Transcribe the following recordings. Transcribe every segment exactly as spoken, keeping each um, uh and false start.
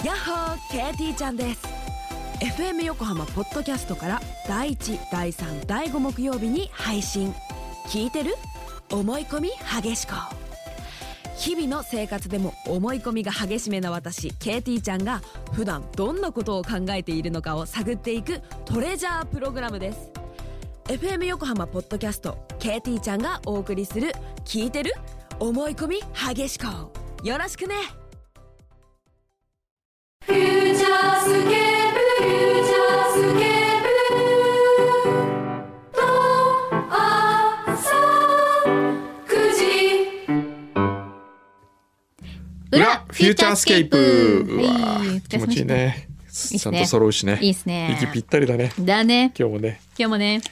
やっほー ケーティー ちゃんです。 エフエム 横浜ポッドキャストからだいいち、だいさん、だいご木曜日に配信。聞いてる？思い込み激しこ。日々の生活でも思い込みが激しめな私 ケーティー ちゃんが普段どんなことを考えているのかを探っていくトレジャープログラムです。 エフエム 横浜ポッドキャスト ケーティー ちゃんがお送りする聞いてる？思い込み激しこ。よろしくね。 フューチャースケープ、フューチャースケープと朝くじ裏フューチャースケープ。うわはい気持ちいいね。 いっすねちゃんと揃うしね。 いいっすね。 息ぴったりだね。 だね。 今日もね。 今日もね。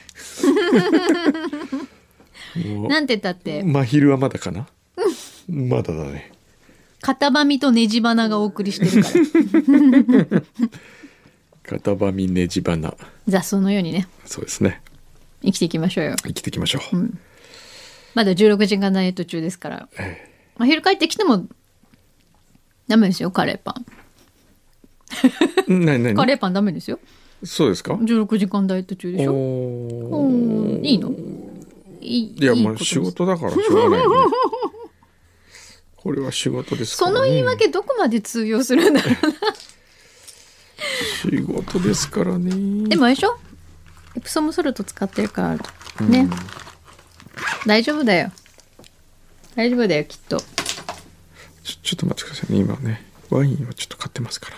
もうなんて言ったって真昼はまだかな。まだだね。 片ばみとねじばながお送りしてるから片ばみねじばな。 雑草のようにねそうですね。 生きていきましょうよ。 生きていきましょう。 まだじゅうろくじかんダイエット中ですから、 えまあ、昼帰ってきてもダメですよ。カレーパンえなになにカレーパンダメですよ。 そうですか。 じゅうろくじかんダイエット中でしょ。 おうんいいのいいいやいいことですもう仕事だからしょうがないよね。これは仕事ですからね。 その言い訳どこまで通用するんだろうな仕事ですからね。 でもあれでしょエプソムソルト使ってるからね、大丈夫だよ大丈夫だよきっと。 ちょちょっと待ってくださいね。今ねワインをちょっと買ってますから。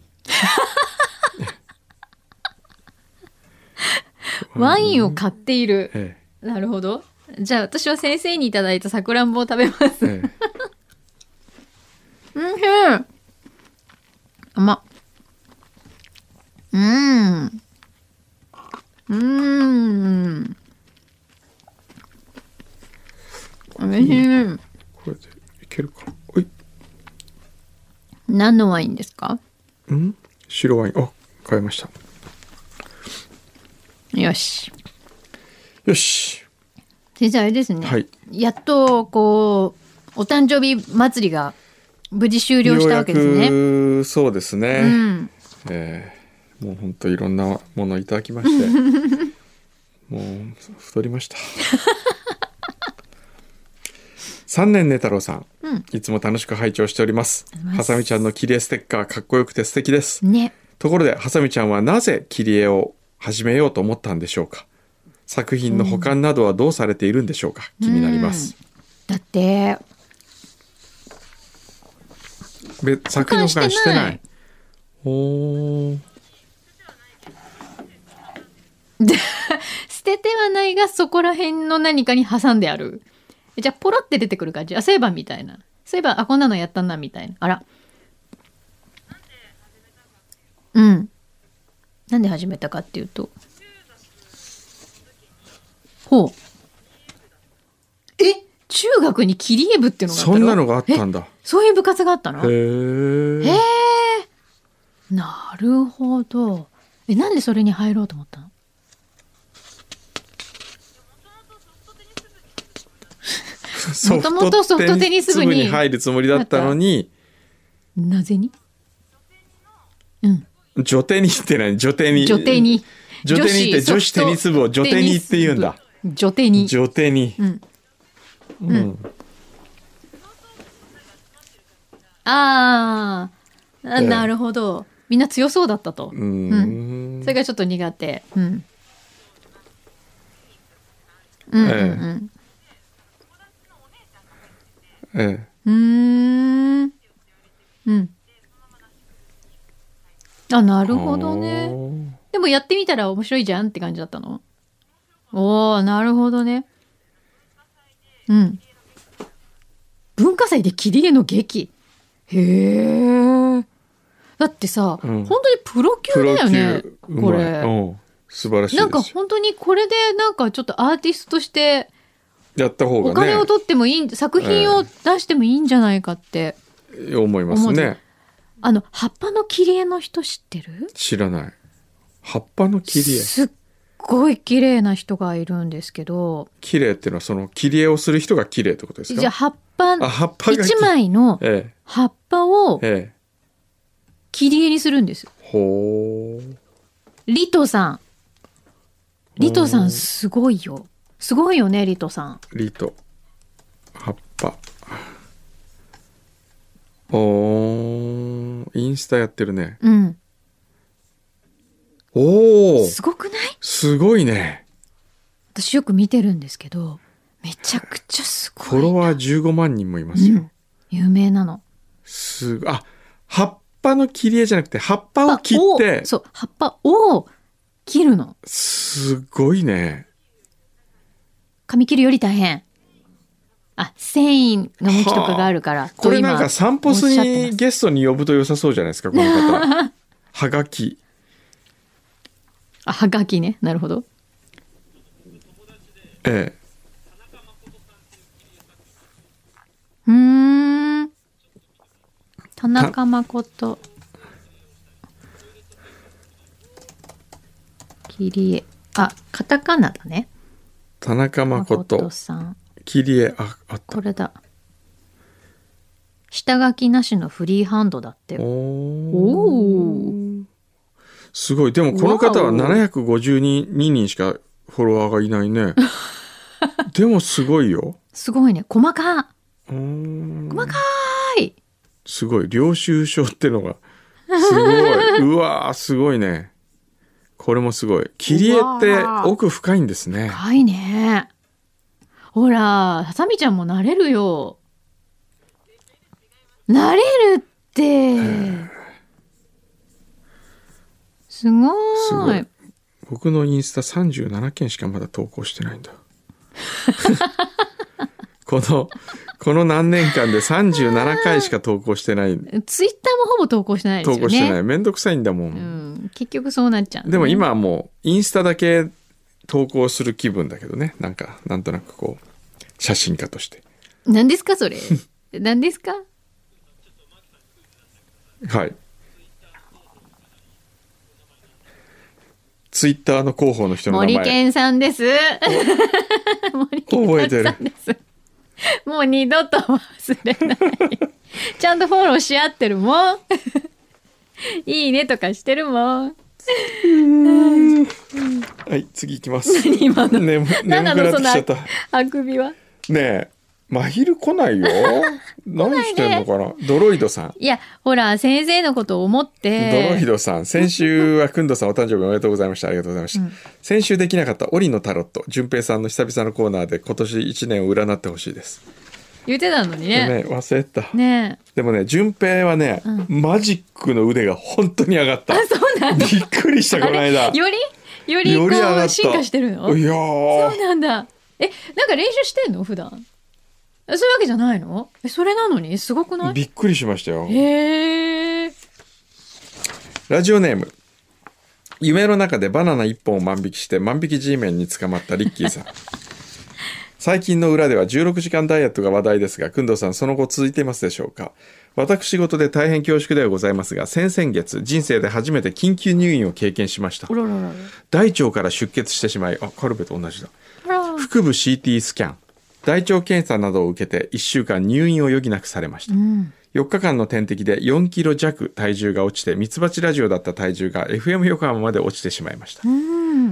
ワインを買っている、 えなるほど。じゃあ私は先生にいただいたさくらんぼを食べます。 ええうん、うん。甘っ。うーん。うーん。おいしい。 これでいけるか。おい。 何のワインですか？ ん？白ワイン。あ、買いました。 よし。 よし。 先生あれですね。 はい。 やっとこうお誕生日祭りが無事終了したわけですね。 ようやくそうですね。 うん。 えー、もう本当いろんなものをいただきましてもう太りました三年寝太郎さん、 うん、 いつも楽しく拝聴しております。はさみちゃんの切り絵ステッカーかっこよくて素敵ですね。 ところではさみちゃんはなぜ切り絵を始めようと思ったんでしょうか。作品の保管などはどうされているんでしょうか。気になります。 だって別作品の保管してない。おーで捨ててはないがそこら辺の何かに挟んである。じゃあポロって出てくる感じ。あ、そういえばみたいな。そういえばあこんなのやったんだみたいな。あら。うん。なんで始めたかっていうと。ほう。え、中学に切り絵部っていうのがあったの？ そんなのがあったんだ。 そういう部活があったの？ へー。 へー。なるほど。え、なんでそれに入ろうと思ったの？もともとソフトテニス部に入るつもりだったのに、 なぜに？うん。 女テニって何？女テニ。 女テニ。 女テニって女子テニス部を女テニって言うんだ。 女テニ。 女テニ。 うん。 うん。うん、 あーあ、なるほど。みんな強そうだったと。 うーん。 それがちょっと苦手。うん。うんうんうん。 ええ。 うーん。うん。あ、なるほどね。でもやってみたら面白いじゃんって感じだったの？おー、なるほどね。うん。文化祭で切り絵の劇。へー。だってさ、うん、本当にプロ級だよね。これ。 うん、素晴らしいです。 なんか本当にこれでなんかちょっとアーティストとしてやった方がね。 お金を取ってもいい、作品を出してもいいんじゃないかって、 えー、思いますね。 あの葉っぱの切り絵の人知ってる？ 知らない。葉っぱの切り絵。 すっごい綺麗な人がいるんですけど。 綺麗っていうのはその切り絵をする人が綺麗ってことですか？ じゃあ葉っぱあ葉っぱがいちまいの葉っぱを、 ええ、 切り絵にするんです。 ほう。 リトさん。リトさんすごいよ。すごいよね、リトさん。 リト。葉っぱ。おー、インスタやってるね。 うん。 おー、 すごくない？ すごいね。 私よく見てるんですけど、めちゃくちゃすごいな。 フォロワーじゅうごまんにんもいますよ。 うん、有名なの。 すごい。あ、葉っぱの切り絵じゃなくて葉っぱを切って。 そう、葉っぱを切るの。 すごいね。 紙切るより大変。あ、繊維の向きとかがあるから。 これなんか散歩スにゲストに呼ぶと良さそうじゃないですか、この方。はがき。 あ、はがきね。なるほど。 ええ。 うーん。田中誠。切り絵。あ、カタカナだね。 田中誠さん。 切り絵、あ、あった。 これだ。下書きなしのフリーハンドだって。 おおー。 すごい。でもこの方はななひゃくごじゅうににんしかフォロワーがいないね。でもすごいよ。 すごいね。細かうーん。 細かい。 すごい。領収書ってのがすごい。うわー、すごいね。これもすごい。切り絵って奥深いんですね。 深いね。ほら、ハサミちゃんもなれるよ。なれるって。すごい。 すごい。僕のインスタさんじゅうななけんしかまだ投稿してないんだ。このこの何年間でさんじゅうななかいしか投稿してない。 ツイッターもほぼ投稿してないですよね。 投稿してない。めんどくさいんだもん。 うん、結局そうなっちゃう、ね。 でも今はもうインスタだけ投稿する気分だけどね。なんかなんとなくこう写真家として。 何ですかそれ。何ですか。 はい。ツイッターの広報の人の名前。 森健さんです。森健さんです。もう二度と忘れない。ちゃんとフォローし合ってるもん。いいねとかしてるもん。 はい、次行きます。 何今の。 眠くなってきちゃった。 あくびは。 ねえ。まひる来ないよ。何してんのかな。ドロイドさん。 いや、ほら、先生のことを思って。 ドロイドさん。先週はくんどさんお誕生日おめでとうございました。ありがとうございました。うん、先週できなかったオリのタロット。順平さんの久々のコーナーで今年いちねんを占ってほしいです。 言ってたのにね。 ね、忘れた。 ね。 でもね、順平はね、うん、マジックの腕が本当に上がった。 あ、そうなんだ。 びっくりした、この間。 よりよりこう進化してるの？ いやー。 そうなんだ。え、なんか練習してんの普段？そういうわけじゃないの？え、それなのにすごくない？ びっくりしましたよ。 へー。 ラジオネーム。夢の中でバナナいっぽんを万引きして万引き G メンに捕まったリッキーさん。最近の裏ではじゅうろくじかんダイエットが話題ですが、くんどうさんその後続いていますでしょうか。私事で大変恐縮ではございますが、先々月人生で初めて緊急入院を経験しました。 らららら大腸から出血してしまい、あ、カルベと同じだ。腹部 シーティー スキャン、大腸検査などを受けていっしゅうかん入院を余儀なくされました。うん、よっかかんの点滴でよんキロ弱体重が落ちて、ミツバチラジオだった体重が エフエム 横浜まで落ちてしまいました。うん、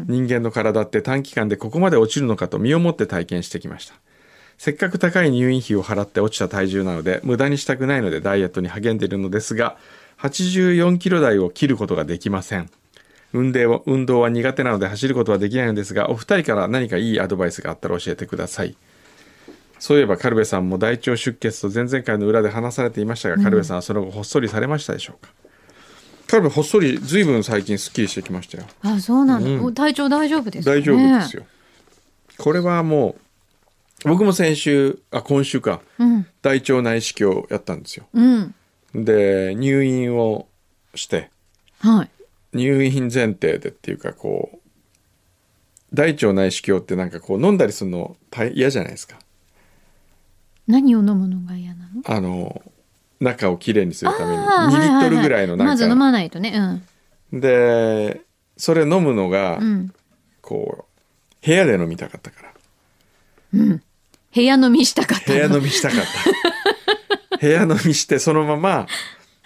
人間の体って短期間でここまで落ちるのかと身をもって体験してきました。せっかく高い入院費を払って落ちた体重なので無駄にしたくないのでダイエットに励んでいるのですが、はちじゅうよんキロ台を切ることができません。運動は、運動は苦手なので走ることはできないのですが、お二人から何かいいアドバイスがあったら教えてください。そういえばカルベさんも大腸出血と前々回の裏で話されていましたが、うん、カルベさんはその後ほっそりされましたでしょうか。カルベほっそりずいぶん最近すっきりしてきましたよ。 あ、そうなの、うん、体調大丈夫ですかね。 大丈夫ですよ。これはもう僕も先週あ今週か、うん、大腸内視鏡をやったんですよ、うん、で入院をして、はい、入院前提でっていうかこう大腸内視鏡ってなんかこう飲んだりするの嫌じゃないですか。 何を飲むのが嫌なの？ あの中をきれいにするためににリットルぐらいのなんか、 まず飲まないとね、 うん、でそれ飲むのが、うん、こう部屋で飲みたかったから、 うん、部屋飲みしたかった部屋飲みしたかった部屋飲みしてそのまま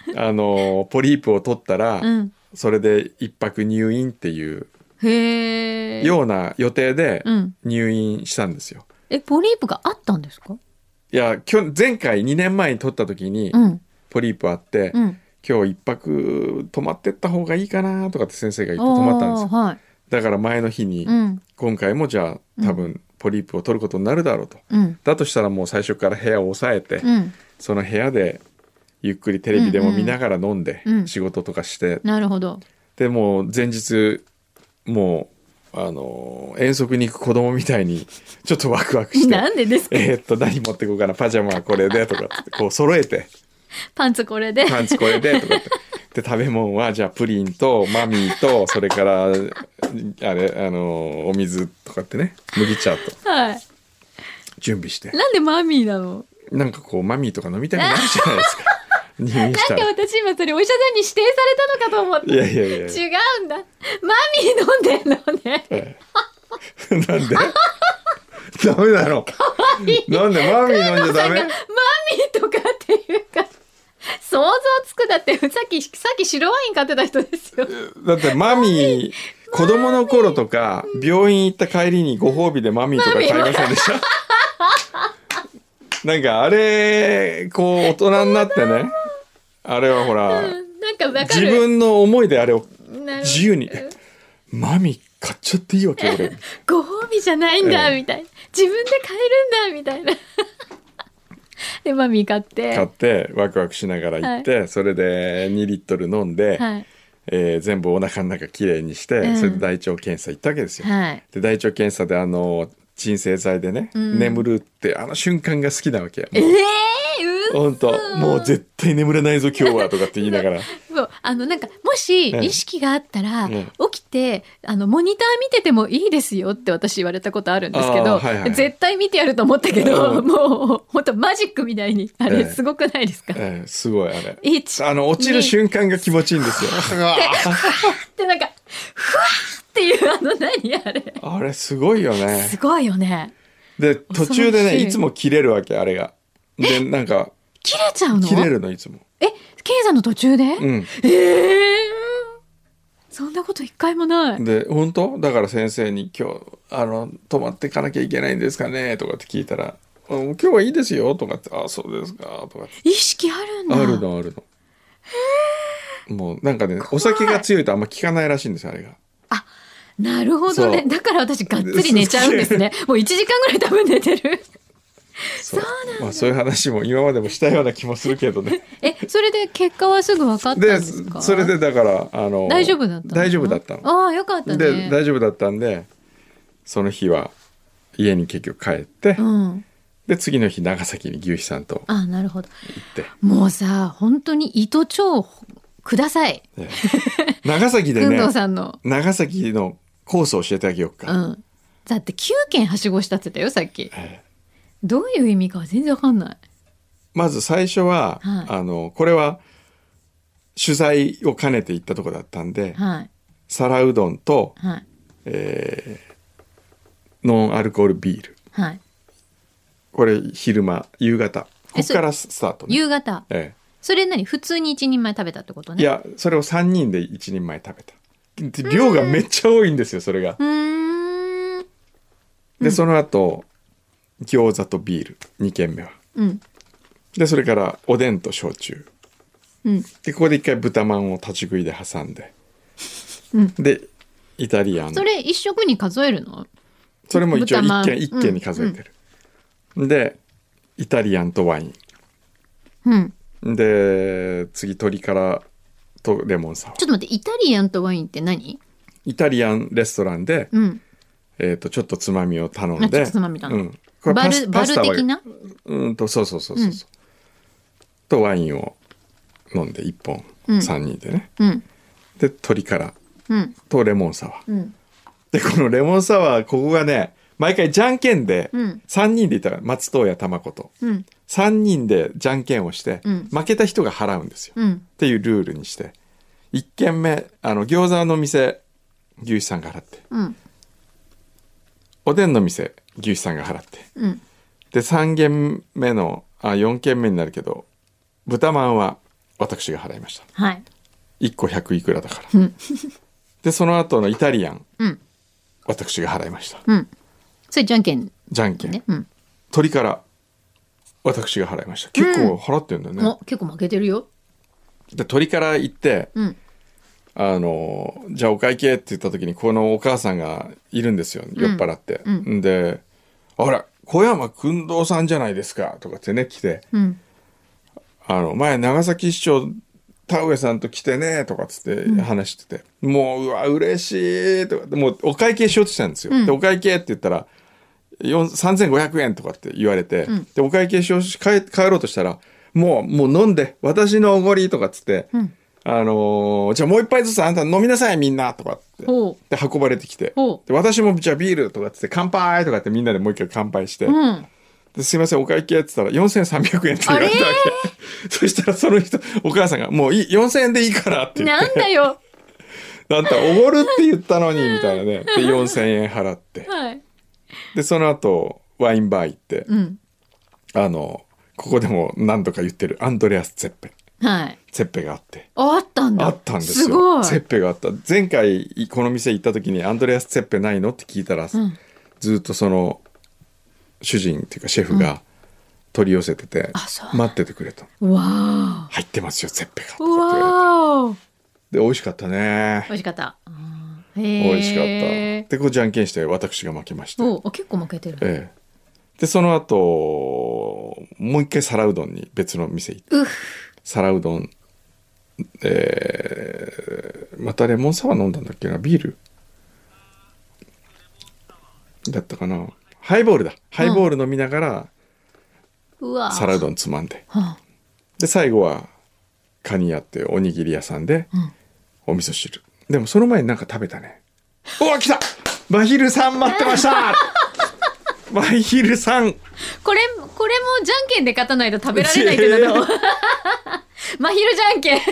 あのポリープを取ったら、 うん、 それで一泊入院っていうへえ。 ような予定でうん入院したんですよ。 え、ポリープがあったんですか？ いやきょ前回にねんまえに取った時にうんポリープあって、 うん。 今日一泊泊まってった方がいいかなとかって先生が言って泊まったんですよ。 あーはい。 だから前の日に、 うん今回もじゃあ多分ポリープを取ることになるだろうと、 うんだとしたらもう最初から部屋を抑えて、 うん。 その部屋でゆっくりテレビでも見ながら飲んで、 うんうん仕事とかして、 なるほど。 でもう前日もうあの遠足に行く子供みたいにちょっとワクワクしてなんでですか？ えーっと何持ってこうかな、パジャマはこれでとかってこう揃えてパンツこれで。 パンツこれでとかってで食べ物はじゃあプリンとマミーとそれからあれあのお水とかってね、麦茶とはい。 準備してなんでマミーなの？ なんかこうマミーとか飲みたくなるじゃないですか入院なんしたら。 か私今それお医者さんに指定されたのかと思って。 いやいやいや違うんだ。マミー飲んでんのね。 ええなんでダメだろ。なんでマミー飲んじゃダメ？ マミーとかっていうか想像つく。だってさっきさっき白ワイン買ってた人ですよ。 だってマミー子供の頃とか病院行った帰りにご褒美でマミーとか買いませんでしたなんかあれこう大人になってね、あれはほら、 うんなんかわかる。 自分の思いであれをなるほど自由にマミー買っちゃっていいわけ俺ご褒美じゃないんだ、 ええみたいな。自分で買えるんだみたいな。でマミー買って。 買ってワクワクしながら行って、それでにリットル飲んで、 はいえー全部お腹の中きれいにして、 うんそれで大腸検査行ったわけですよ。 はい。 で大腸検査であの鎮静剤でね、 うん眠るってあの瞬間が好きなわけ。 ええー、う本当もう絶対眠れないぞ今日はとかって言いながらそうあのなんかもしええ意識があったら、 え起きてあのモニター見ててもいいですよって私言われたことあるんですけど、 あーはいはい絶対見てやると思ったけど、 うんもう本当マジックみたいにあれええすごくないですか？ えーすごいあれ一あの落ちる瞬間が気持ちいいんですよでなんかふわーっていうあの何あれあれすごいよねすごいよね。 で途中で恐ろしいねいつも切れるわけあれがでなんか切れちゃうの？ 切れるのいつもえ検査の途中で？ うんええそんなこと一回もない。 で本当だから先生に今日あの泊まっていかなきゃいけないんですかねとかって聞いたらうん今日はいいですよとかってあそうですかとかって意識あるんだ。 あるのあるのもうなんかねお酒が強いとあんま効かないらしいんですよあれがなるほどね。 そうだから私がっつり寝ちゃうんですね。もういちじかんぐらい多分寝てる。 そうまあそういう話も今までもしたような気もするけどねえ、それで結果はすぐ分かったんでですか？ それでだからあの大丈夫だったの？ 大丈夫だったのああ、よかったね。 で大丈夫だったんでその日は家に結局帰って、 うん。 で次の日長崎に牛肥さんとああ、なるほど。 行って、 もうさ、本当に糸超ください。 ええ長崎でくんねどうさんの。 長崎のコースを教えてあげようか、 うん。だってきゅうけんはしごしたって言ったよ、さっき。 ええどういう意味かは全然わかんない。 まず最初は、 はいあのこれは取材を兼ねて行ったとこだったんで、 はい。 皿うどんと、 はい。 えーノンアルコールビールはい。 これ昼間夕方こっからスタートね、 夕方。 えそれ何普通に一人前食べたってことね。 えいやそれをさんにんでいちにんまえ食べたで量がめっちゃ多いんですよそれがうーん。 でその後餃子とビールにけんめはうん。 でそれからおでんと焼酎うん。 でここで一回豚まんを立ち食いで挟んで、 うんでイタリアンそれ一食に数えるの？ それも一応豚まん一軒一軒に数えてる、でイタリアンとワイうん。 ンで次鶏からとレモンサワーちょっと待って、イタリアンとワインって何？ イタリアンレストランで、 うん。 えー、とちょっとつまみを頼んであちょっとつまみ頼むうん、これバパスルバルパスタは的な？ うんとそうそうそうそうそう、とワインを飲んでいっぽん、 うんさんにんでねうん。 で鶏からうん。 とレモンサワーうん。 でこのレモンサワーここがね毎回じゃんけんでうんさんにんでいたら松任谷玉子とうん。 さんにんでじゃんけんをして、 うん負けた人が払うんですよ、 うん。 っていうルールにしていっけんめあの餃子の店牛肥さんが払ってうん。 おでんの店牛肥さんが払ってうん。 でさんけんめのあよんけんめになるけど豚まんは私が払いました。 はい。 いっこひゃくいくらだから。 うん。 でその後のイタリアン、 うん。 私が払いました。 うん。それじゃんけんじゃんけん、 ね。うん。 鶏から私が払いました。結構払ってんだよね。 お、結構負けてるよ。 で鶏から行って、 うん。 あのじゃあお会計って言った時にこのお母さんがいるんですよ、酔っ払って、 うんで「あら小山君堂さんじゃないですか」とかってね来てうん。 「あの前長崎市長田上さんと来てね」とかっつって話してて「もううわ嬉しい」とかでもうお会計しようとしたんですよ、 うんでお会計って言ったらよんさんぜんごひゃくえんとかって言われて、 うんでお会計しようし帰帰ろうとしたら「もうもう飲んで私のおごり」とかっつって、 うん。 あのーじゃあもう一杯ずつあんた飲みなさいみんなとかってほで運ばれてきてほうで私もじゃあビールとかっつって乾杯とかってみんなでもう一回乾杯して、 う。うん。 ですいませんお会計って言ったらよんせんさんびゃくえんって言われたわけ、そしたらその人お母さんがもういいよんせんえんでいいからって言っなんてだよ。 あんたおごるって言ったのにみたいなねでよんせんえん払ってはい。 でその後ワインバー行って、 うん。 あのここでも何度か言ってるアンドレアス・ツェッペはい。 ツェッペがあってあったんだ。 あったんですよ。 すごい。 ツェッペがあった。前回この店行った時にアンドレアス・ツェッペないのって聞いたら、 うんずっとその主人っていうかシェフが取り寄せてて、 あそう待っててくれた。 わあ。 入ってますよツェッペが。とかうって言われてわあ。 で美味しかったね美。味しかった。美美味しかった。でこうじゃんけんして私が負けました。 お、結構負けてる。 ええ。でその後もう一回皿うどんに別の店行ってうっ。 皿うどん、えー、またレモンサワー飲んだんだっけなビールだったかなハイボールだハイボール飲みながらうわ。 皿うどんつまんで、 はあ。 で最後はカニ屋っておにぎり屋さんでうん。 お味噌汁、でもその前になんか食べたね。うわ来たマヒルさん待ってましたマヒルさんこれ、これもじゃんけんで勝たないと食べられないっていうのと。まひるじゃんけん。おか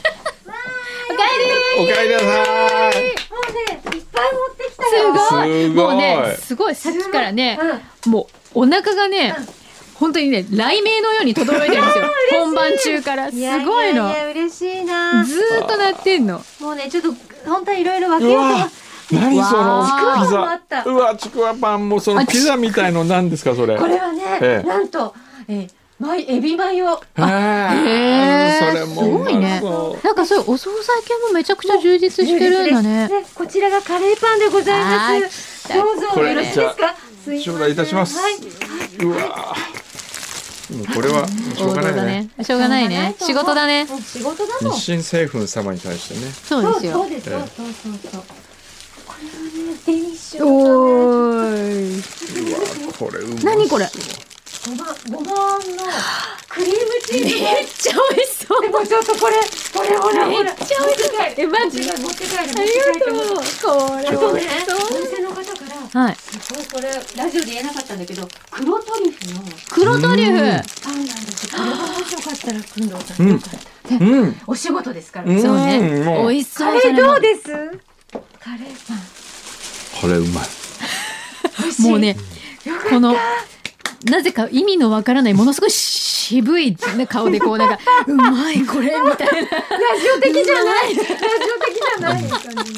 えりおかえりなさい。 もうね、いっぱい持ってきたすよ。 ごい。 すごいもうね、すごい。さっきからね、 うんもうお腹がね、本当にね、雷鳴のように轟いてるんですよ。本番中から。すいやごいの。 いやいや嬉しいな。 ずーっと鳴ってんの。 もうね、ちょっと本当にいろいろ分けうようと思わって。 何そのわーピちくわパンもあったザうわちくわパンもそのピザみたいの何ですかそれこれはね、 ええなんと、えー、マイエビマヨ。 へへーそれもすごいねうまそうなんかそういうお惣菜系もめちゃくちゃ充実してるんだね。 でこちらがカレーパンでございはいます。どうぞこれよろしいですか。すいません頂戴いたしますはい。 うわもうこれはしょうがないね。 しょうがないね。仕事だね。 うん仕事だもん。 日清製粉様に対してね。 そうですよそう。です。そうそうそうそう。これはね、デニッシュ。 おーい。 うわこれうまそう。 何これごま、ごまのクリームチーズ。 めっちゃ美味しそう。 でもちょっとこれ、これほらほら。 めっちゃ美味しそう。え、マジ持って帰る、持って帰る、持ってあり帰る。 がとう。これあとね、 美味しおそう。 店の方から、 はい。 すごいこれ、ラジオで言えなかったんだけど、黒トリュフの黒トリュフ。 パンなんですよ。これがもしよかったら、くんどうさん、 うんよかった。ねうん。 お仕事ですから。 うんそうね。 もう美味しそう。 カレーどうですカレーパン。 これうまい。 美味しいもうね、 よかったこの、なぜか意味のわからない、ものすごい渋い、ね、顔でこうなんか、うまい、これ、みたいな。 ラジオ的じゃない。ラジオ的じゃない感じの。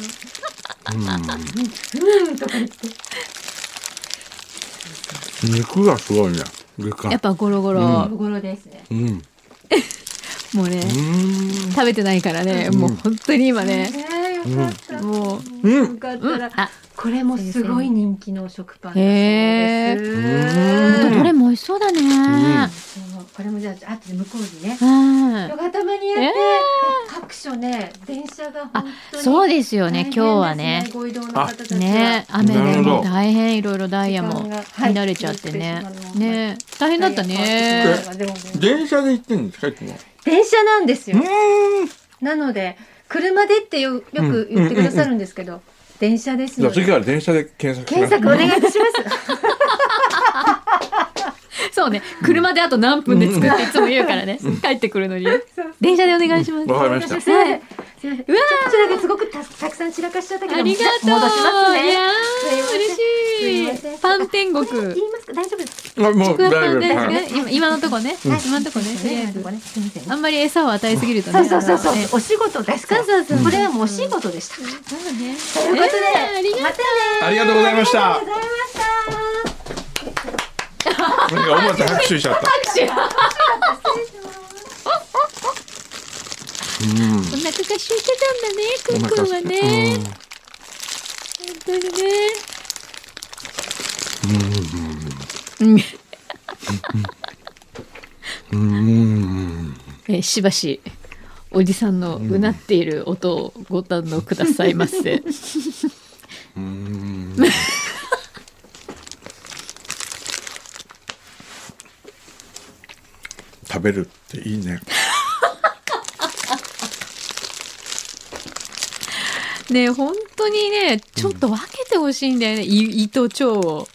うんとか言って。 肉がすごいね。でかいやっぱゴロゴロ。 うんところですね。 うん。 もうね、 うん。 食べてないからね、もう本当に今ね、 ねえ、よかった。 もう、 うんよかったら、 あ、 これもすごい人気の食パンだそうへです。 ーどれも美味しそうだね。 そうこれもじゃあ後で向こうにね。 うん。 人がたまにやって、 え各所ね電車が本当にそうですよね、 大変今日はねです。ご移動の方たちはね、雨でなるほども大変いろいろダイヤも時間がはい乱れちゃってねはい。 ね、大変だったね。 でも電車で行ってんですかいつも。 電車なんですよ。 うん。 なので車でってよよく言ってくださるんですけど、電車ですのでじゃあ次から電車で検索します。 検索お願いいたします。 そうね、車であと何分で着くっていつも言うからね。帰ってくるのに。電車でお願いします。 わかりました。 すいません。すいません。ちょっとこちらがすごくたたくさん散らかしちゃったけども、 ありがとう。 戻しますね。 いやー、 すいません嬉しい。パン天国。 言いますか大丈夫ですか。 あもうちくわだいぶパンですはいね。今今のとこね。今のとこね。とりあえずこれすみません。 あんまり餌を与えすぎるとね。 そうそうそうそうね。 お仕事ですから。 そうそうそうこれはもうお仕事でした。 そうね。 ということで、 えーありがとうまたね。 ありがとうございましたありがとうございました。 なんか思わず拍手しちゃったうんお腹が空いてたんだね、くんくんはね。本当にね。うん。えしばしおじさんのうなっている音をご堪能くださいませ。 うん食べるっていいね。 ねえ本当にねちょっと分けてほしいんだよね、い胃と腸を。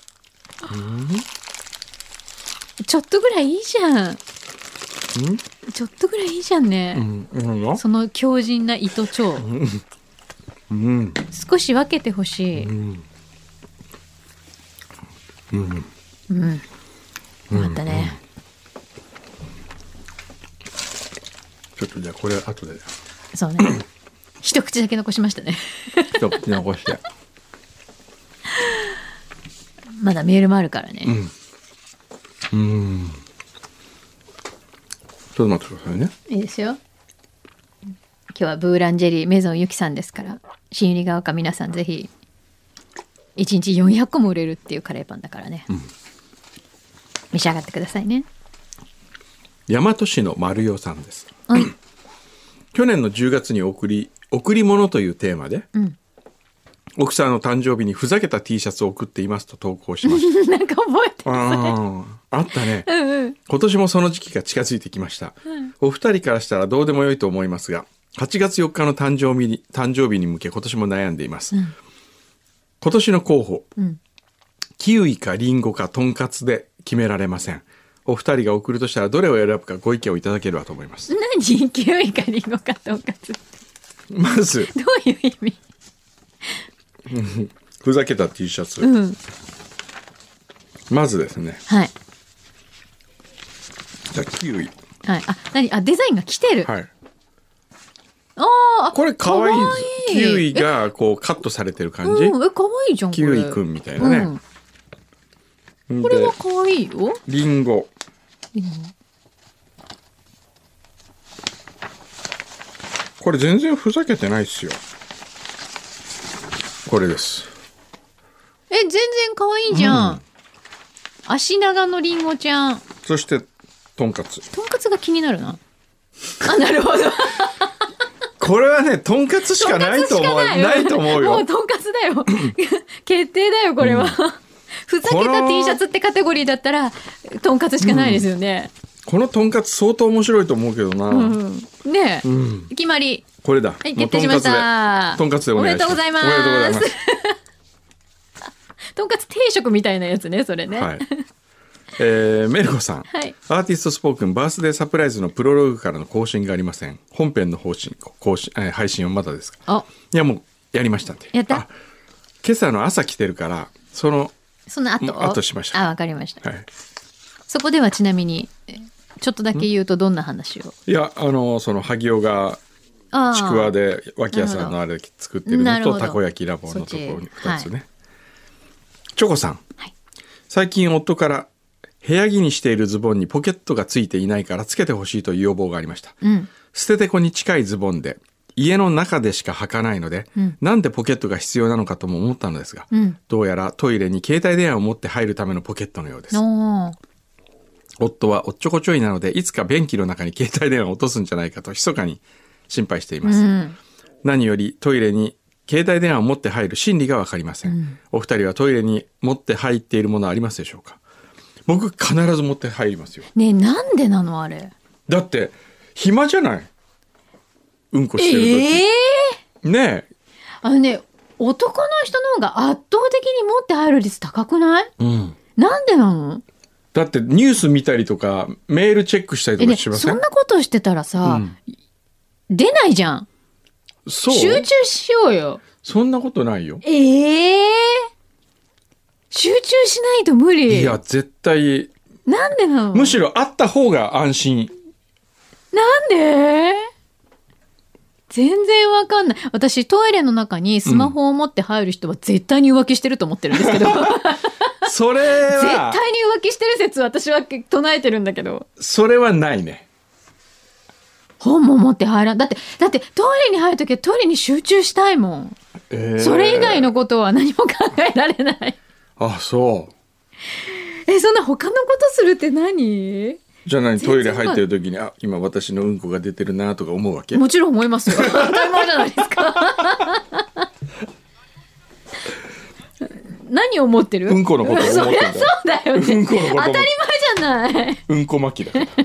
ちょっとぐらいいいじゃん。ちょっとぐらいいいじゃんね。 うんうんよその強靭な胃と腸、 うん少し分けてほしい。 うんうんうん。よかったね。 ちょっとじゃあこれ後でそうね。一口だけ残しましたね。 一口残してまだメールもあるからね。 うんちょっと待ってくださいね。 いいですよ。今日はブーランジェリーメゾンユキさんですから、新入りが丘皆さんぜひいちにちよんひゃっこも売れるっていうカレーパンだからね、召し上がってくださいね。 大和市の丸代さんです。 はい。 去年のじゅうがつに贈り贈り物というテーマで、 ん奥さんの誕生日にふざけた T シャツを送っていますと投稿しました。 なんか覚えてる。 ああ、あったね。 うんうん。 今年もその時期が近づいてきました。お二人からしたらどうでもよいと思いますが、はちがつよっかの誕生日に誕生日に向け今年も悩んでいます。今年の候補、 んキウイかリンゴかとんかつで決められません。お二人が送るとしたらどれを選ぶかご意見をいただければと思います。 何キウイかリンゴかとんかつ。 まずどういう意味？ ふざけた T シャツ、 うん。 まずですね、 はいじゃあキウイ、 はい。あ、何？あデザインが来てる。 はい、 あーあ。 これかわいいです。 いキウイがこうカットされてる感じ、 うん、え可愛いじゃんこれ。 キウイくんみたいなね、 うん。 でこれは可愛いよ。 リンゴ、これ全然ふざけてないっすよ。これです。 え、全然可愛いじゃん。 うん足長のリンゴちゃん。 そしてとんかつ。 とんかつが気になるな。あ、なるほど。 これはね、とんかつしかないと思う。ないと思うよ。 もうとんかつだよ。決定だよ、これは。ふざけた T シャツってカテゴリーだったら、とんかつしかないですよね。 このとんかつ相当面白いと思うけどな。 うん。ねえ、 うん決まり。 これだ。 はい、決定しました。 とんかつでお願いします。 おめでとうございます。 おめでとうございます。 とんかつ定食みたいなやつね、それね。 はい。えー、メルコさん、 はいアーティストスポークンバースデーサプライズのプロローグからの更新がありません。本編の方針更新、えー配信はまだですか？ あ、 いやもうやりましたんで。 やったあ今朝の朝来てるからそのその後。 もう後しましたあ、わかりました。 はい。 そこではちなみに、えちょっとだけ言うとどんな話を。 いやあのその萩尾があーちくわで脇屋さんのあれ作ってるのなるほどとたこ焼きラボのところにそっちふたつね。チョコさん、 はい最近夫から部屋着にしているズボンにポケットがついていないからつけてほしいという要望がありました。 うん。 捨ててこに近いズボンで家の中でしか履かないので、 うんなんでポケットが必要なのかとも思ったのですが、 うん。 どうやらトイレに携帯電話を持って入るためのポケットのようです。 おー。 夫はおっちょこちょいなのでいつか便器の中に携帯電話を落とすんじゃないかと密かに心配しています。 うん。 何よりトイレに携帯電話を持って入る心理がわかりません、 うんお二人はトイレに持って入っているものありますでしょうか？僕必ず持って入りますよ。 ねえ、なんでなのあれ。 だって暇じゃない、うんこしてる時、 ええねえ、 あのね、男の人の方が圧倒的に持って入る率高くない？ うん、 なんでなの？ だってニュース見たりとかメールチェックしたりとえ、ね、 かしません？ そんなことしてたらさ、 うん出ないじゃん。 そう集中しようよ。 そんなことないよ。 ええ集中しないと無理。 いや絶対なんでなの？ むしろあった方が安心。 なんで？全然わかんない。私トイレの中にスマホを持って入る人は絶対に浮気してると思ってるんですけど、 それ絶は対に浮気してる説私は唱えてるんだけど、 それはないね。 本も持って入らん。だってだってトイレに入るときはトイレに集中したいもん、 えーそれ以外のことは何も考えられない。 あそうえ、そんな他のことするって何？ じゃあ何全然トイレ入ってる時にあ今私のうんこが出てるなとか思うわけ？ もちろん思いますよ。当たり前じゃないですか。何を思ってる？ うんこのことを思ってんだそりゃそうだよね。 うんこのことも当たり前じゃない。 うんこ巻きだから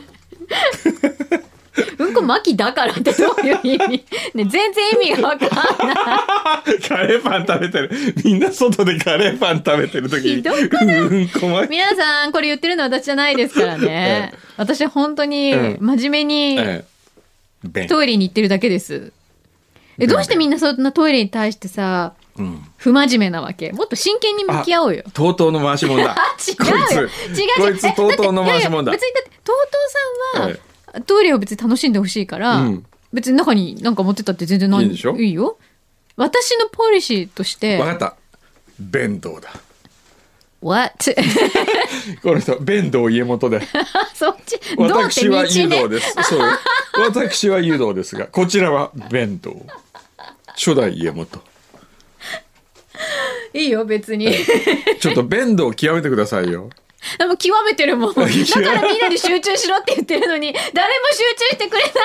うんこ巻きだからってどういう意味？ね、全然意味がわかんない。 カレーパン食べてるみんな外でカレーパン食べてる時にひどくない？ うんこ巻き、 皆さんこれ言ってるのは私じゃないですからね。私本当にうん真面目にええ、便トイレに行ってるだけです。え、どうしてみんなそんなトイレに対してさ、 うん、 不真面目なわけ？もっと真剣に向き合おうよ。 とうとうの回しもんだ違うこいつよ。違う違う。 こいつとうとうの回しもんだえだっていやいや別にだってとうとうさんは、 えトイレを別に楽しんでほしいから、 うん別に中に何か持ってたって全然ないいいでしょ？ いいよ。私のポリシーとして分かった弁当だ What？ この人弁当家元でそっちどうって私は湯道ね道ですそう私は湯道ですがこちらは弁当初代家元いいよ別に。 ちょっと弁当極めてくださいよでも極めてるもん。だからみんなで集中しろって言ってるのに誰も集中してくれない。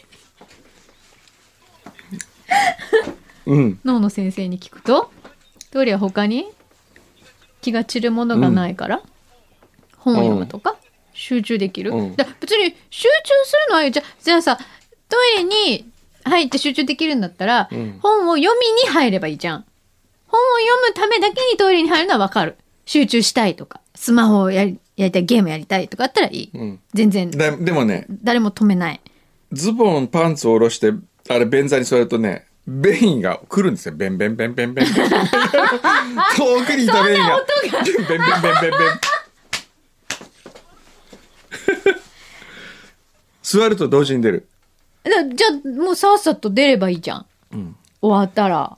うん脳の先生に聞くとトイレは他に気が散るものがないから、本を読むとか集中できる、 うんだ別に集中するのはいいよ。じゃじゃあさトイレに入って集中できるんだったら、 うん本を読みに入ればいいじゃん。本を読むためだけにトイレに入るのは分かる。集中したいとかスマホをやり、やりたいゲームやりたいとかあったらいい、 うん、 全然ででもね誰も止めない。 ズボンパンツを下ろしてあれ便座に座るとね便意が来るんですよ。ベンベンベンベンベン遠くにいた便意がベンベンベンベンベンベン座ると同時に出る。 だじゃあもうさっさと出ればいいじゃん、 うん、 終わったら。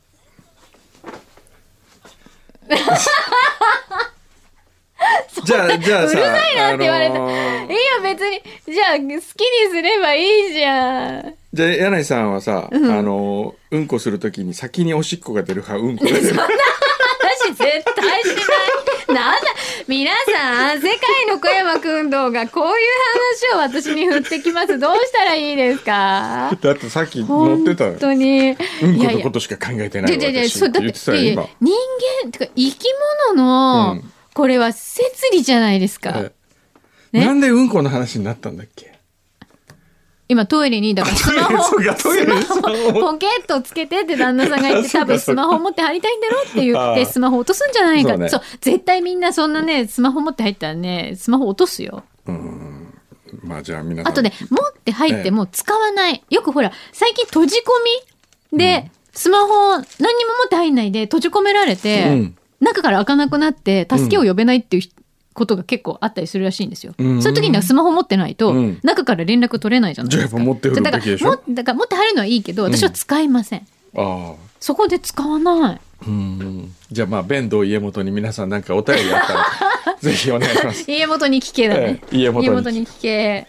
じゃあじゃあさうるさいなって言われた、 あのーいや別にじゃあ好きにすればいいじゃん。 じゃあ柳井さんはさ、 うんあのーうんこするときに先におしっこが出る派うんこが出る派私絶対しない。なんだ皆さん世界の小山君堂がこういう話を私に振ってきます。どうしたらいいですか？ だってさっき乗ってたよ本当にうんこのことしか考えてないじゃじゃ私そうだって言ってたよ今いやいや人間てか生き物の、 うんこれは摂理じゃないですか、 えねなんでうんこの話になったんだっけ？ 今トイレにだからスマホそうかトイレにスマホポケットつけてって旦那さんが言ってそうか多分スマホ持って入りたいんだろって言ああってスマホ落とすんじゃないかそうねそう絶対みんなそんなねスマホ持って入ったらねスマホ落とすよ。 うんまあじゃあ皆さんあとね持って入っても使わない、よくほら最近閉じ込みで、スマホ何にも持って入んないで閉じ込められて、 うん中から開かなくなって助けを呼べないっていうことが結構あったりするらしいんですよ、 うんそういう時にはスマホ持ってないと、 うん中から連絡取れないじゃないじゃあですか。 やっぱ持ってくるだからべきでしょ？ もだから持って入るのはいいけど私は使いません、 ああそこで使わない。 うんじゃあまあ弁当家元に皆さんなんかお便りあったらぜひお願いします。 家元に聞けだね、 ええ家元に家元に聞け。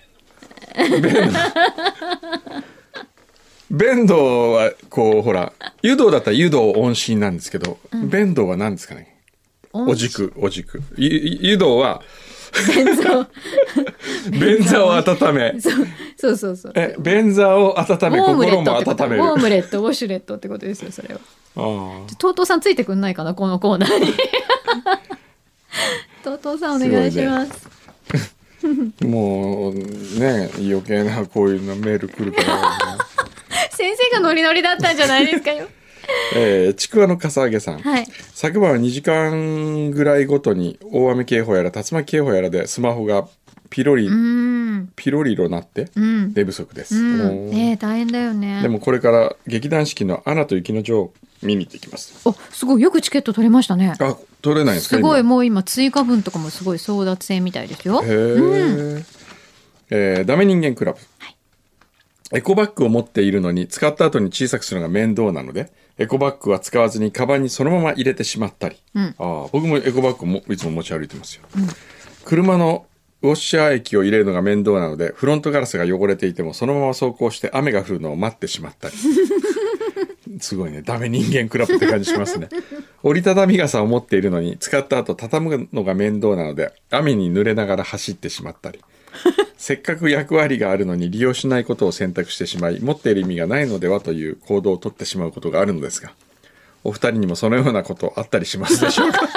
弁当はこうほら湯道だったら湯道音信なんですけど、弁当は何ですかね？お軸お軸ゆ湯道は便座便座を温めそうそうそうえ便座を温めウォームレ心もットってこと温める。 ウォームレットウォシュレットってことですよそれは。 ああとうとうさんついてくんないかなこのコーナーに。とうとうさんお願いします。 もうね余計なこういうのメール来るから、ね先生がノリノリだったんじゃないですかよ。 えー、ちくわのかさあげさん、 はい。 昨晩はにじかんぐらいごとに大雨警報やら竜巻警報やらでスマホがピロリ、 うん。 ピロリロなってうん。 出不足です、 うん。 おーえー、大変だよね。 でもこれから劇団四季のアナと雪の女王見に行ってきます。 お、すごいよくチケット取れましたね。 あ、取れないんですか？ すごい、 今もう今追加分とかもすごい争奪戦みたいですよ。 へー、えーダメ人間クラブ、 はい、 エコバッグを持っているのに使った後に小さくするのが面倒なので、エコバッグは使わずにカバンにそのまま入れてしまったり、 うん、 あ僕もエコバッグもいつも持ち歩いてますよ、うん、車のウォッシャー液を入れるのが面倒なのでフロントガラスが汚れていてもそのまま走行して雨が降るのを待ってしまったりすごいね、ダメ人間クラブって感じしますね。折りたたみ傘を持っているのに使った後畳むのが面倒なので雨に濡れながら走ってしまったりせっかく役割があるのに利用しないことを選択してしまい持っている意味がないのではという行動をとってしまうことがあるのですが、お二人にもそのようなことあったりしますでしょうか？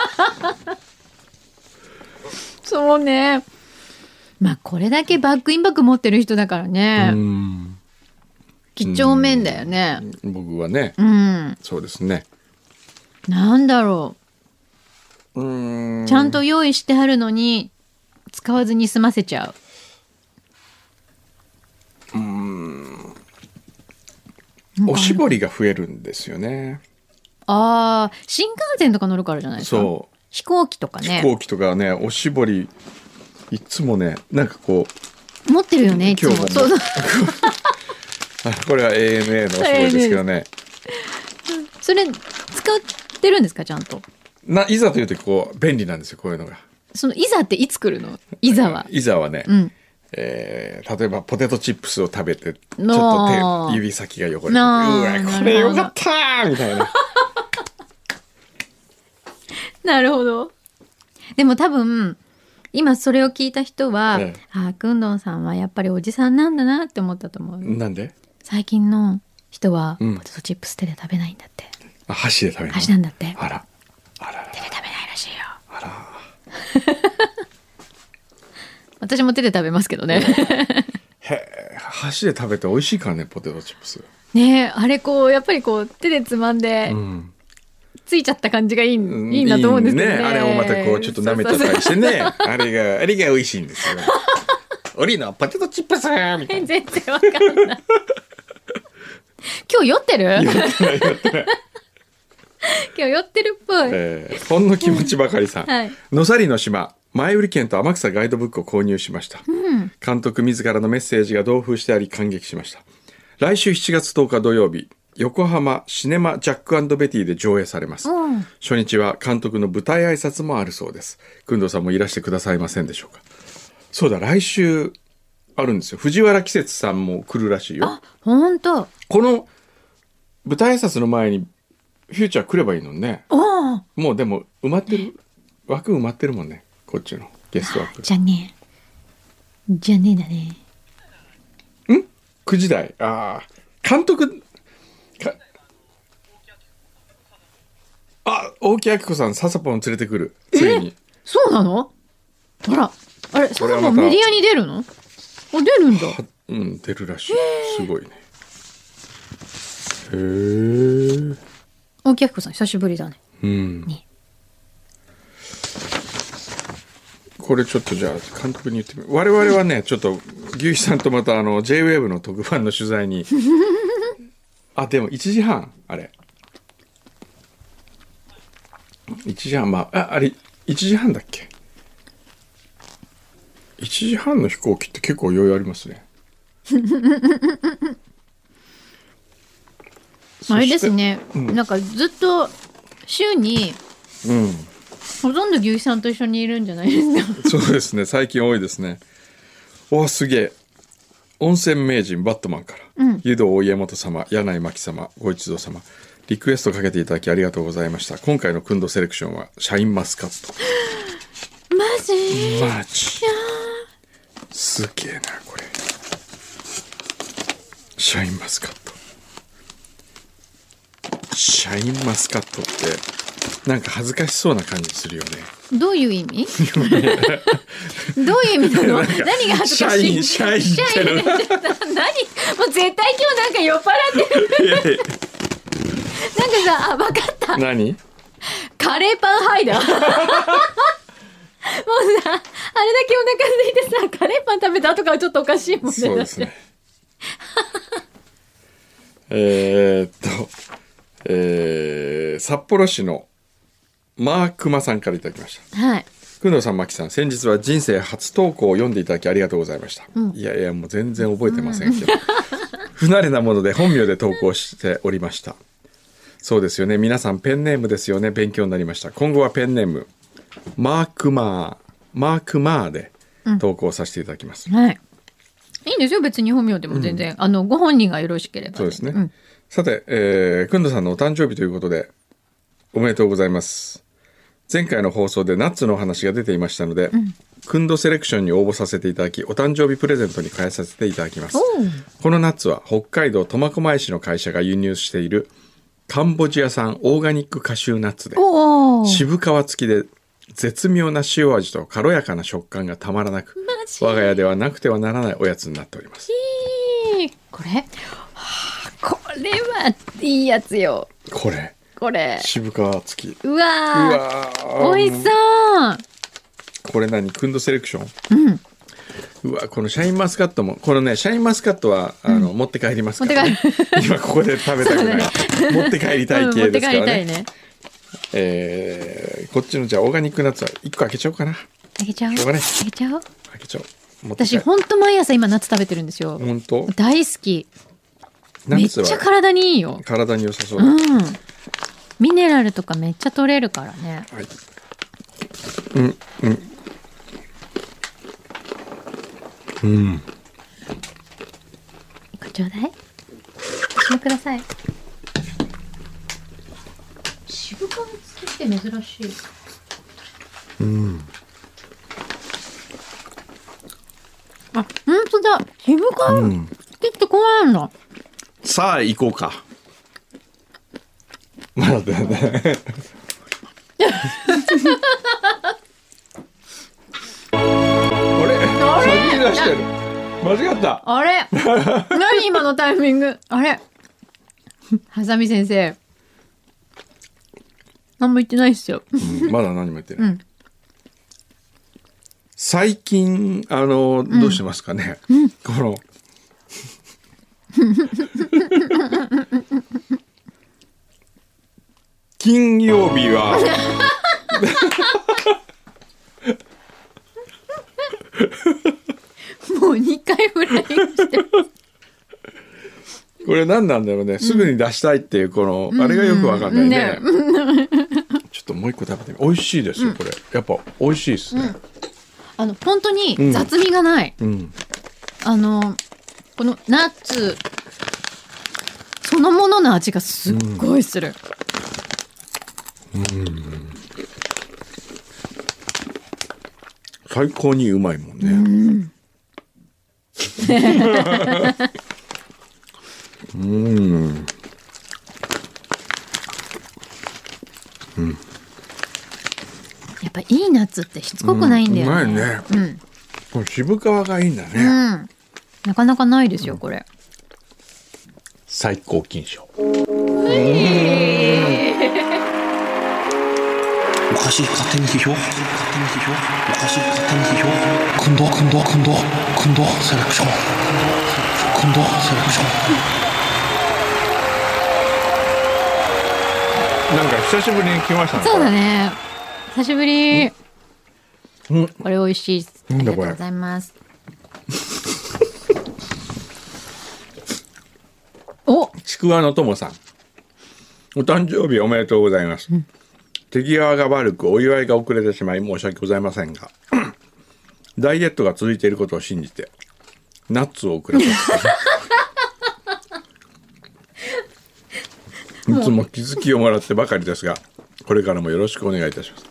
そうね、まあこれだけバッグインバッグ持ってる人だからね、 うん几帳面だよね。 僕はね、 うん、 そうですね。 なんだろう、 うーんちゃんと用意してあるのに使わずに済ませちゃう。 うーんおしぼりが増えるんですよね。 ああ、新幹線とか乗るからじゃないですか。 そう、 飛行機とかね、 飛行機とかね、おしぼりいつもね、なんかこう持ってるよね、いつも。 今日もそうそうあこれは エーエヌエー のおしぼりですけどね。 それ使ってるんですか、ちゃんと。 ないざという時こう便利なんですよ、こういうのが。 そのいざっていつ来るの？いざは。 いざはね、 うんえー例えばポテトチップスを食べてちょっとなあ手指先が汚れてて、うなあわこれよかったーみたいな。 なるほど。でも多分今それを聞いた人は、 ええああ、くんどんさんはやっぱりおじさんなんだなって思ったと思う。 なんで？ 最近の人はうんポテトチップス手で食べないんだって。 あ、箸で食べるの？ 箸なんだって。 あらあらら手で食べないらしいよ。 あら私も手で食べますけどね。 へえ、箸で食べて美味しいからね、ポテトチップス。 ねえ、あれこうやっぱりこう手でつまんで、 うんついちゃった感じがいい,、いいんだと思うんですけどね。 いいね、あれをまたこうちょっと舐めちゃったりしてね。あれがあれが美味しいんですよ。オリのポテトチップスみたいな。 全然わかんない。今日酔ってる？ 酔ってない酔ってない。 今日酔ってるっぽい。 えー、ほんの気持ちばかりさん、 はい、 のさりの島前売り券と天草ガイドブックを購入しました、うん、監督自らのメッセージが同封してあり感激しました。来週しちがつとおか土曜日、横浜シネマジャック&ベティで上映されます、うん、初日は監督の舞台挨拶もあるそうです。工藤さんもいらしてくださいませんでしょうか。そうだ、来週あるんですよ。藤原季節さんも来るらしいよ。 あ、本当。 この舞台挨拶の前にフューチャー来ればいいのね。もうでも埋まってる、枠埋まってるもんね、こっちのゲスト枠。 じゃねえじゃねえだね。 んくじ台。ああ、監督か、あ、大木明子さんササポン連れてくる、ついに。そうなの？あら、あれ、ササポンメディアに出るの？あ、出るんだ。 うん、出るらしい。すごいね。へえ。 大木明子さん久しぶりだね。 うん。ね、これちょっとじゃあ監督に言ってみる。我々はね、ちょっと牛肥さんとまたあの ジェイウェーブ の特番の取材にあ、でもいちじはん、あれいちじはん、まあ、あ、あれいちじはんだっけ。いちじはんの飛行機って結構余裕ありますね。 あれですね、うん、なんかずっと週に、 うん、 ほとんど牛肥さんと一緒にいるんじゃないですか。 そうですね、最近多いですね。お、すげえ。温泉名人バットマンから、うん、湯道大家元様、柳井真紀様、ご一同様、リクエストかけていただきありがとうございました。今回のクンドセレクションはシャインマスカット。 マジマジすげえな、これ。シャインマスカット、シャインマスカットってなんか恥ずかしそうな感じするよね。 どういう意味？どういう意味なの？何が恥ずかしい？ シャインシャインって何？もう絶対今日なんか酔っ払ってる。いやいやなんかさ、あ、分かった。 何？ カレーパンハイだ。もうさ、あれだけお腹空いてさ、カレーパン食べた後からちょっとおかしいもんね。 そうですね。えーっと、えー札幌市のマークマさんからいただきました。 はい。 工藤さん、牧さん、先日は人生初投稿を読んでいただきありがとうございました。 うんいやいや、もう全然覚えてませんけど不慣れなもので本名で投稿しておりました。そうですよね、皆さんペンネームですよね。勉強になりました。今後はペンネームマークマーマークマーで投稿させていただきます、 はい。いいんですよ。別に本名でも全然。あの、ご本人がよろしければ、 そうですね、 んさて、えー、くんどさんのお誕生日ということでおめでとうございます。前回の放送でナッツのお話が出ていましたので、くんどセレクションに応募させていただき、お誕生日プレゼントに変えさせていただきます。 おうこのナッツは北海道苫小牧市の会社が輸入しているカンボジア産オーガニックカシューナッツで、 おー渋皮付きで絶妙な塩味と軽やかな食感がたまらなく、 マジ我が家ではなくてはならないおやつになっております。 いいこれ、はあ、これはいいやつよ。 これこれ。 渋皮付き、 ううわーわー美味しそう。 これ何、くんどセレクション。 うん。 うわ、このシャインマスカットも、このね、シャインマスカットはあの、持って帰りますから、ね、今ここで食べたくない、持って帰りたい系ですからね、 うん、持って帰りたいね。 えーこっちのじゃあオーガニックナッツはいっこ開けちゃおうかな。 あげちゃおう。 しょうがないあげちゃおう。 開けちゃおう。持って帰私本当毎朝今ナッツ食べてるんですよ。 本当大好き。めっちゃナッツは体にいいよ。 体に良さそうだ、 うん。ミネラルとかめっちゃ取れるからね。 はい、うんうんうん一個ちょうだい。私もください。渋皮付きって珍しい。 うんあ、本当だ。渋皮うん付きってこうなんだ。 さあ行こうか。まだだよねあれ先に出してる。間違った。 あれ何今のタイミング。あれハサミ先生。何も言ってないっすよ。 うんまだ何も言ってない、 うん最近あのどうしてますかね、この金曜日はもうにかいフライングしてる。 これ何なんだろうね、すぐに出したいっていうこの、あれがよくわかんないね、ちょっともう一個食べてみ美味しいですよ、これやっぱ美味しいですね、 あの本当に雑味がない。 うんあのこのナッツそのものの味がすっごいする。 最高にうまいもんね、うんやっぱいいナッツってしつこくないんだよね。 うまいね、 うんこの渋皮がいいんだね、 うん。なかなかないですよこれ。 最高金賞。 おかしい勝手に批評勝手に批評おかしい勝手に批評くんどくんどくんどくんどセレクションくんどセレクションなんか久しぶりに来ましたね。 そうだね。久しぶり。 うんこれ美味しいです。あなんだこれりがとうございます。お、 ちくわのともさん、お誕生日おめでとうございます、手際が悪くお祝いが遅れてしまい申し訳ございませんがダイエットが続いていることを信じてナッツを送らせていつも気づきをもらってばかりですが、これからもよろしくお願いいたします。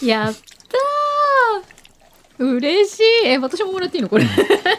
やったー。嬉しい。え、私ももらっていいのこれ。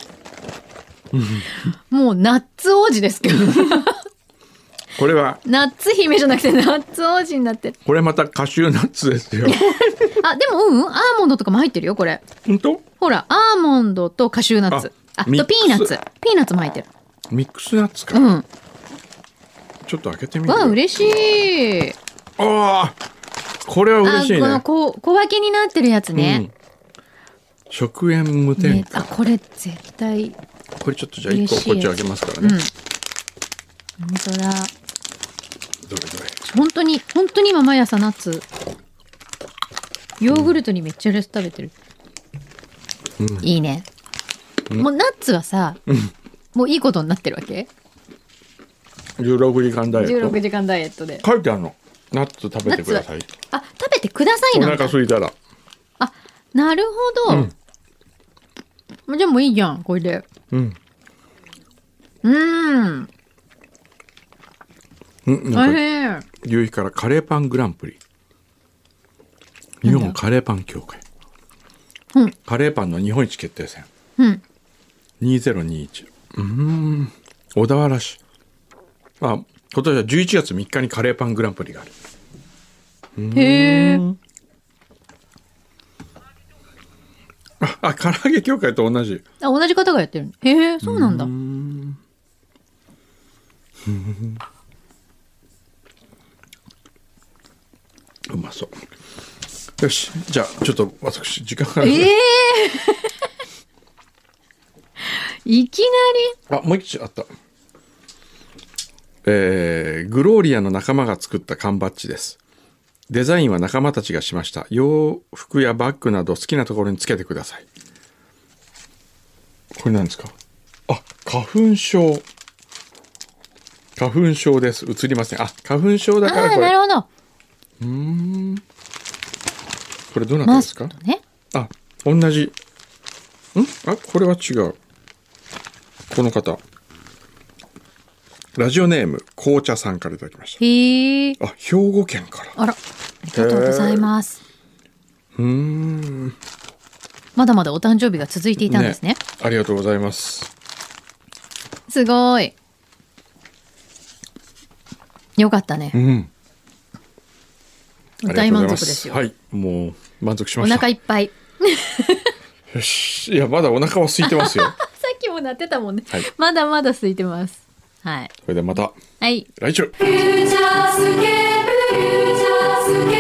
もうナッツ王子ですけど。 これはナッツ姫じゃなくてナッツ王子になってる。 これまたカシューナッツですよあ、でもうん、アーモンドとかも入ってるよこれ。 本当？ ほら、アーモンドとカシューナッツ。あ、とあミックスピーナッツ。ピーナッツも入ってる。 ミックスナッツか、 うん。 ちょっと開けてみるわあ、嬉しい。 ああこれは嬉しいね。 あ、この小小分けになってるやつね。 うん、食塩無添ね、 加、 あ、これ絶対。 これちょっとじゃあいっこ嬉しいこっち開けますからうん。 ね、 本当だ。 どれどれ。 本当に本当に今毎朝ナッツヨーグルトにめっちゃレス食べてる、うん、いいね、うん、もうナッツはさ、うん、もういいことになってるわけ。 じゅうろくじかんダイエット。 じゅうろくじかんダイエットで書いてあるの。ナッツ食べてください。 あ、食べてくださいなんだ。 お腹空いたら。 あ、なるほど、うん、じゃあもういいじゃんこれで。うんうんうん、なんか夕日からカレーパングランプリ、日本カレーパン協会、うん、カレーパンの日本一決定戦、うん、にせんにじゅういち、うーん、小田原市、あ、今年はじゅういちがつみっかにカレーパングランプリがある。 へー、 ああ、唐揚げ協会と同じ。 あ、同じ方がやってる。へえ、そうなんだ。うーんうまそう。よし、じゃあちょっと私時間がある。 ええー、いきなり。あ、もう一つあった。えー、グローリアの仲間が作った缶バッジです。デザインは仲間たちがしました。洋服やバッグなど好きなところにつけてください。これ何ですか。あ、花粉症。花粉症です。映りません。あ、花粉症だからこれ。 あ、なるほど。 うーん。これどうなってですか。マスクね、あ、同じ。ん？あ、これは違う。この方。ラジオネーム紅茶さんからいただきました。 へえ。 あ、兵庫県から。 あら、ありがとうございます。 うーん。 まだまだお誕生日が続いていたんですね。ね、 ありがとうございます。 すごい。よかったね。うん。大満足ですよ。 はい、もう満足しました。 お腹いっぱい。 よし、いやまだお腹は空いてますよ。 さっきも鳴ってたもんね。はい、まだまだ空いてます。はい。 それではまた。 はい。 来週。 フューチャースケープフューチャースケープ